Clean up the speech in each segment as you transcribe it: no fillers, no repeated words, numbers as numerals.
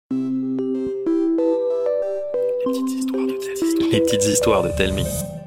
Les petites histoires de Telmi.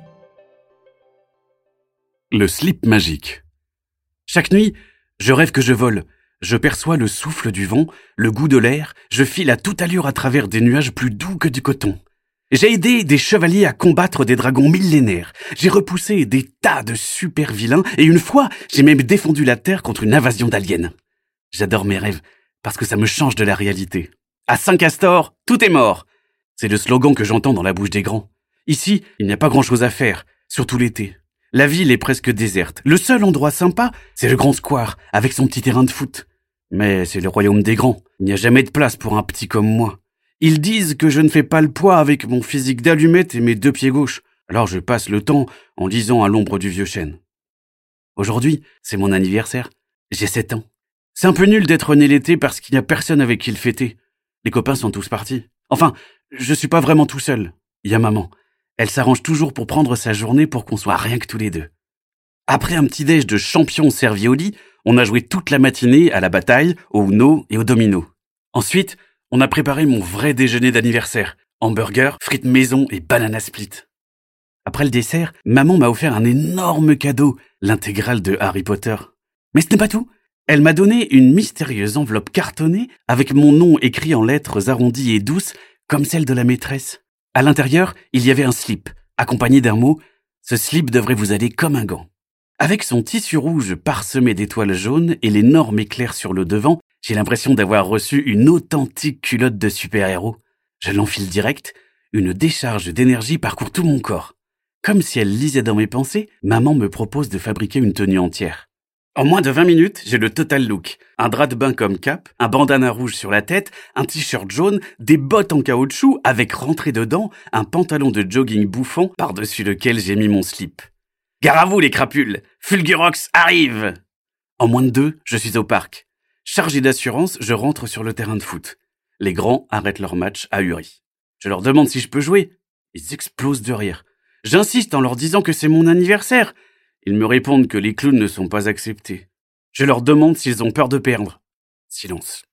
Le slip magique. Chaque nuit, je rêve que je vole. Je perçois le souffle du vent, le goût de l'air. Je file à toute allure à travers des nuages plus doux que du coton. J'ai aidé des chevaliers à combattre des dragons millénaires. J'ai repoussé des tas de super vilains et une fois, j'ai même défendu la Terre contre une invasion d'aliens. J'adore mes rêves parce que ça me change de la réalité. À Saint-Castor, tout est mort. C'est le slogan que j'entends dans la bouche des grands. Ici, il n'y a pas grand-chose à faire, surtout l'été. La ville est presque déserte. Le seul endroit sympa, c'est le grand square, avec son petit terrain de foot. Mais c'est le royaume des grands. Il n'y a jamais de place pour un petit comme moi. Ils disent que je ne fais pas le poids avec mon physique d'allumette et mes 2 pieds gauches. Alors je passe le temps en lisant à l'ombre du vieux chêne. Aujourd'hui, c'est mon anniversaire. J'ai 7 ans. C'est un peu nul d'être né l'été parce qu'il n'y a personne avec qui le fêter. Les copains sont tous partis. Enfin, je suis pas vraiment tout seul. Il y a maman. Elle s'arrange toujours pour prendre sa journée pour qu'on soit rien que tous les deux. Après un petit déj de champion servi au lit, on a joué toute la matinée à la bataille, au Uno et au domino. Ensuite, on a préparé mon vrai déjeuner d'anniversaire. Hamburger, frites maison et banana split. Après le dessert, maman m'a offert un énorme cadeau, l'intégrale de Harry Potter. Mais ce n'est pas tout. Elle m'a donné une mystérieuse enveloppe cartonnée avec mon nom écrit en lettres arrondies et douces comme celle de la maîtresse. À l'intérieur, il y avait un slip, accompagné d'un mot « Ce slip devrait vous aller comme un gant ». Avec son tissu rouge parsemé d'étoiles jaunes et l'énorme éclair sur le devant, j'ai l'impression d'avoir reçu une authentique culotte de super-héros. Je l'enfile direct, une décharge d'énergie parcourt tout mon corps. Comme si elle lisait dans mes pensées, maman me propose de fabriquer une tenue entière. En moins de 20 minutes, j'ai le total look. Un drap de bain comme cape, un bandana rouge sur la tête, un t-shirt jaune, des bottes en caoutchouc avec rentré dedans, un pantalon de jogging bouffant par-dessus lequel j'ai mis mon slip. Gare à vous les crapules, Fulgurox arrive! En moins de 2, je suis au parc. Chargé d'assurance, je rentre sur le terrain de foot. Les grands arrêtent leur match ahuris. Je leur demande si je peux jouer. Ils explosent de rire. J'insiste en leur disant que c'est mon anniversaire. Ils me répondent que les clowns ne sont pas acceptés. Je leur demande s'ils ont peur de perdre. Silence.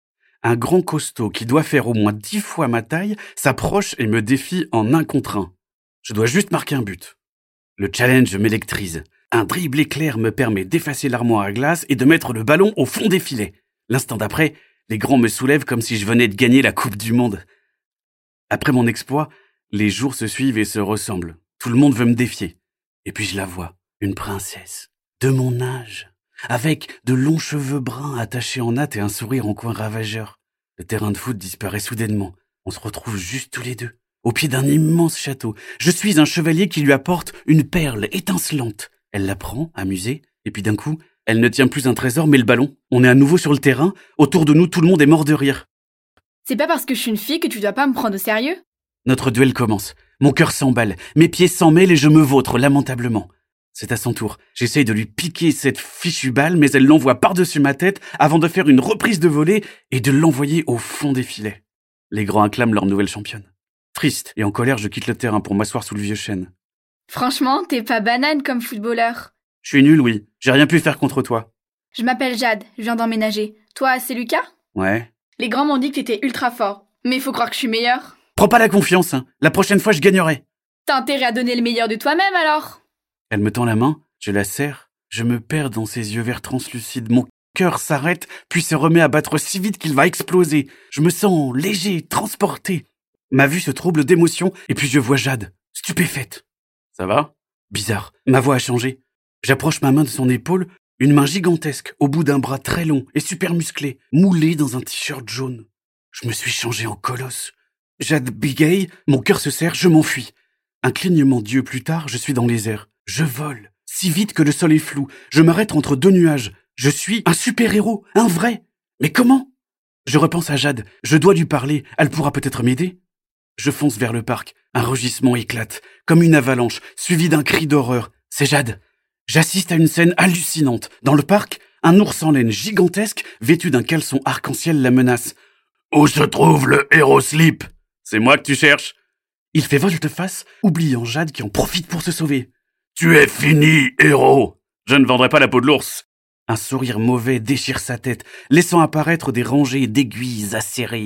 Un grand costaud qui doit faire au moins 10 fois ma taille s'approche et me défie en 1 contre 1. Je dois juste marquer un but. Le challenge m'électrise. Un dribble éclair me permet d'effacer l'armoire à glace et de mettre le ballon au fond des filets. L'instant d'après, les grands me soulèvent comme si je venais de gagner la Coupe du Monde. Après mon exploit, les jours se suivent et se ressemblent. Tout le monde veut me défier. Et puis je la vois. Une princesse, de mon âge, avec de longs cheveux bruns attachés en natte et un sourire en coin ravageur. Le terrain de foot disparaît soudainement. On se retrouve juste tous les deux, au pied d'un immense château. Je suis un chevalier qui lui apporte une perle étincelante. Elle la prend, amusée, et puis d'un coup, elle ne tient plus un trésor mais le ballon. On est à nouveau sur le terrain. Autour de nous, tout le monde est mort de rire. C'est pas parce que je suis une fille que tu dois pas me prendre au sérieux? Notre duel commence. Mon cœur s'emballe, mes pieds s'en mêlent et je me vautre lamentablement. C'est à son tour. J'essaye de lui piquer cette fichue balle, mais elle l'envoie par-dessus ma tête avant de faire une reprise de volée et de l'envoyer au fond des filets. Les grands acclament leur nouvelle championne. Triste et en colère, je quitte le terrain pour m'asseoir sous le vieux chêne. Franchement, t'es pas banane comme footballeur. Je suis nul, oui. J'ai rien pu faire contre toi. Je m'appelle Jade, je viens d'emménager. Toi, c'est Lucas? Ouais. Les grands m'ont dit que t'étais ultra fort, mais faut croire que je suis meilleure. Prends pas la confiance, hein. La prochaine fois, je gagnerai. T'as intérêt à donner le meilleur de toi-même, alors? Elle me tend la main, je la serre, je me perds dans ses yeux verts translucides, mon cœur s'arrête, puis se remet à battre si vite qu'il va exploser. Je me sens léger, transporté. Ma vue se trouble d'émotion, et puis je vois Jade, stupéfaite. Ça va? Bizarre, ma voix a changé. J'approche ma main de son épaule, une main gigantesque, au bout d'un bras très long et super musclé, moulé dans un t-shirt jaune. Je me suis changé en colosse. Jade bégaye, mon cœur se serre, je m'enfuis. Un clignement d'yeux plus tard, je suis dans les airs. Je vole, si vite que le sol est flou. Je m'arrête entre 2 nuages. Je suis un super-héros, un vrai. Mais comment? Je repense à Jade. Je dois lui parler. Elle pourra peut-être m'aider. Je fonce vers le parc. Un rugissement éclate, comme une avalanche, suivi d'un cri d'horreur. C'est Jade. J'assiste à une scène hallucinante. Dans le parc, un ours en laine gigantesque, vêtu d'un caleçon arc-en-ciel, la menace. « Où se trouve le héros slip? C'est moi que tu cherches !» Il fait volte-face, oubliant Jade qui en profite pour se sauver. « Tu es fini, héros! Je ne vendrai pas la peau de l'ours !» Un sourire mauvais déchire sa tête, laissant apparaître des rangées d'aiguilles acérées.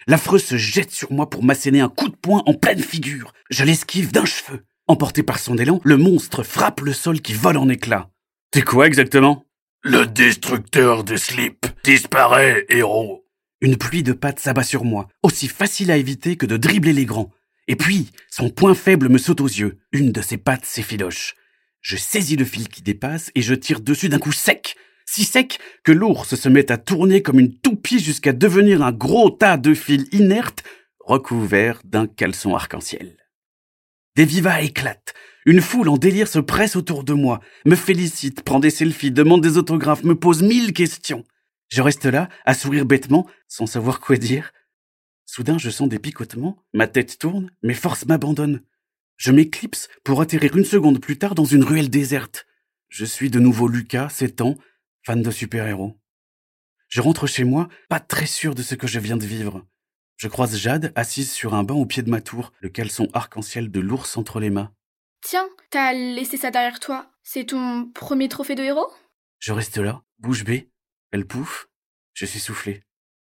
L'affreux se jette sur moi pour m'asséner un coup de poing en pleine figure. Je l'esquive d'un cheveu. Emporté par son élan, le monstre frappe le sol qui vole en éclats. « C'est quoi exactement ?»« Le destructeur de slip disparaît, héros !» Une pluie de pattes s'abat sur moi, aussi facile à éviter que de dribbler les grands. Et puis, son point faible me saute aux yeux. Une de ses pattes s'effiloche. Je saisis le fil qui dépasse et je tire dessus d'un coup sec. Si sec que l'ours se met à tourner comme une toupie jusqu'à devenir un gros tas de fils inertes recouverts d'un caleçon arc-en-ciel. Des vivas éclatent. Une foule en délire se presse autour de moi, me félicite, prend des selfies, demande des autographes, me pose 1000 questions. Je reste là, à sourire bêtement, sans savoir quoi dire. Soudain, je sens des picotements, ma tête tourne, mes forces m'abandonnent. Je m'éclipse pour atterrir une seconde plus tard dans une ruelle déserte. Je suis de nouveau Lucas, 7 ans, fan de super-héros. Je rentre chez moi, pas très sûr de ce que je viens de vivre. Je croise Jade, assise sur un banc au pied de ma tour, le caleçon arc-en-ciel de l'ours entre les mains. Tiens, t'as laissé ça derrière toi. C'est ton premier trophée de héros ? Je reste là, bouche bée. Elle pouffe. Je suis soufflé.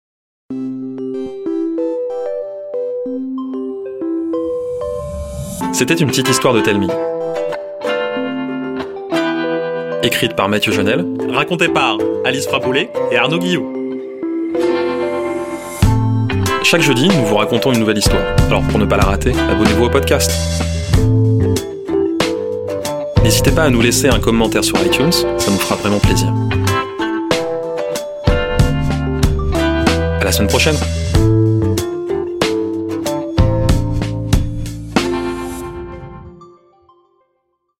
C'était une petite histoire de Telmi. Écrite par Mathieu Jonel, racontée par Alice Frapoulet et Arnaud Guillot. Chaque jeudi, nous vous racontons une nouvelle histoire. Alors pour ne pas la rater, abonnez-vous au podcast. N'hésitez pas à nous laisser un commentaire sur iTunes, ça nous fera vraiment plaisir. À la semaine prochaine.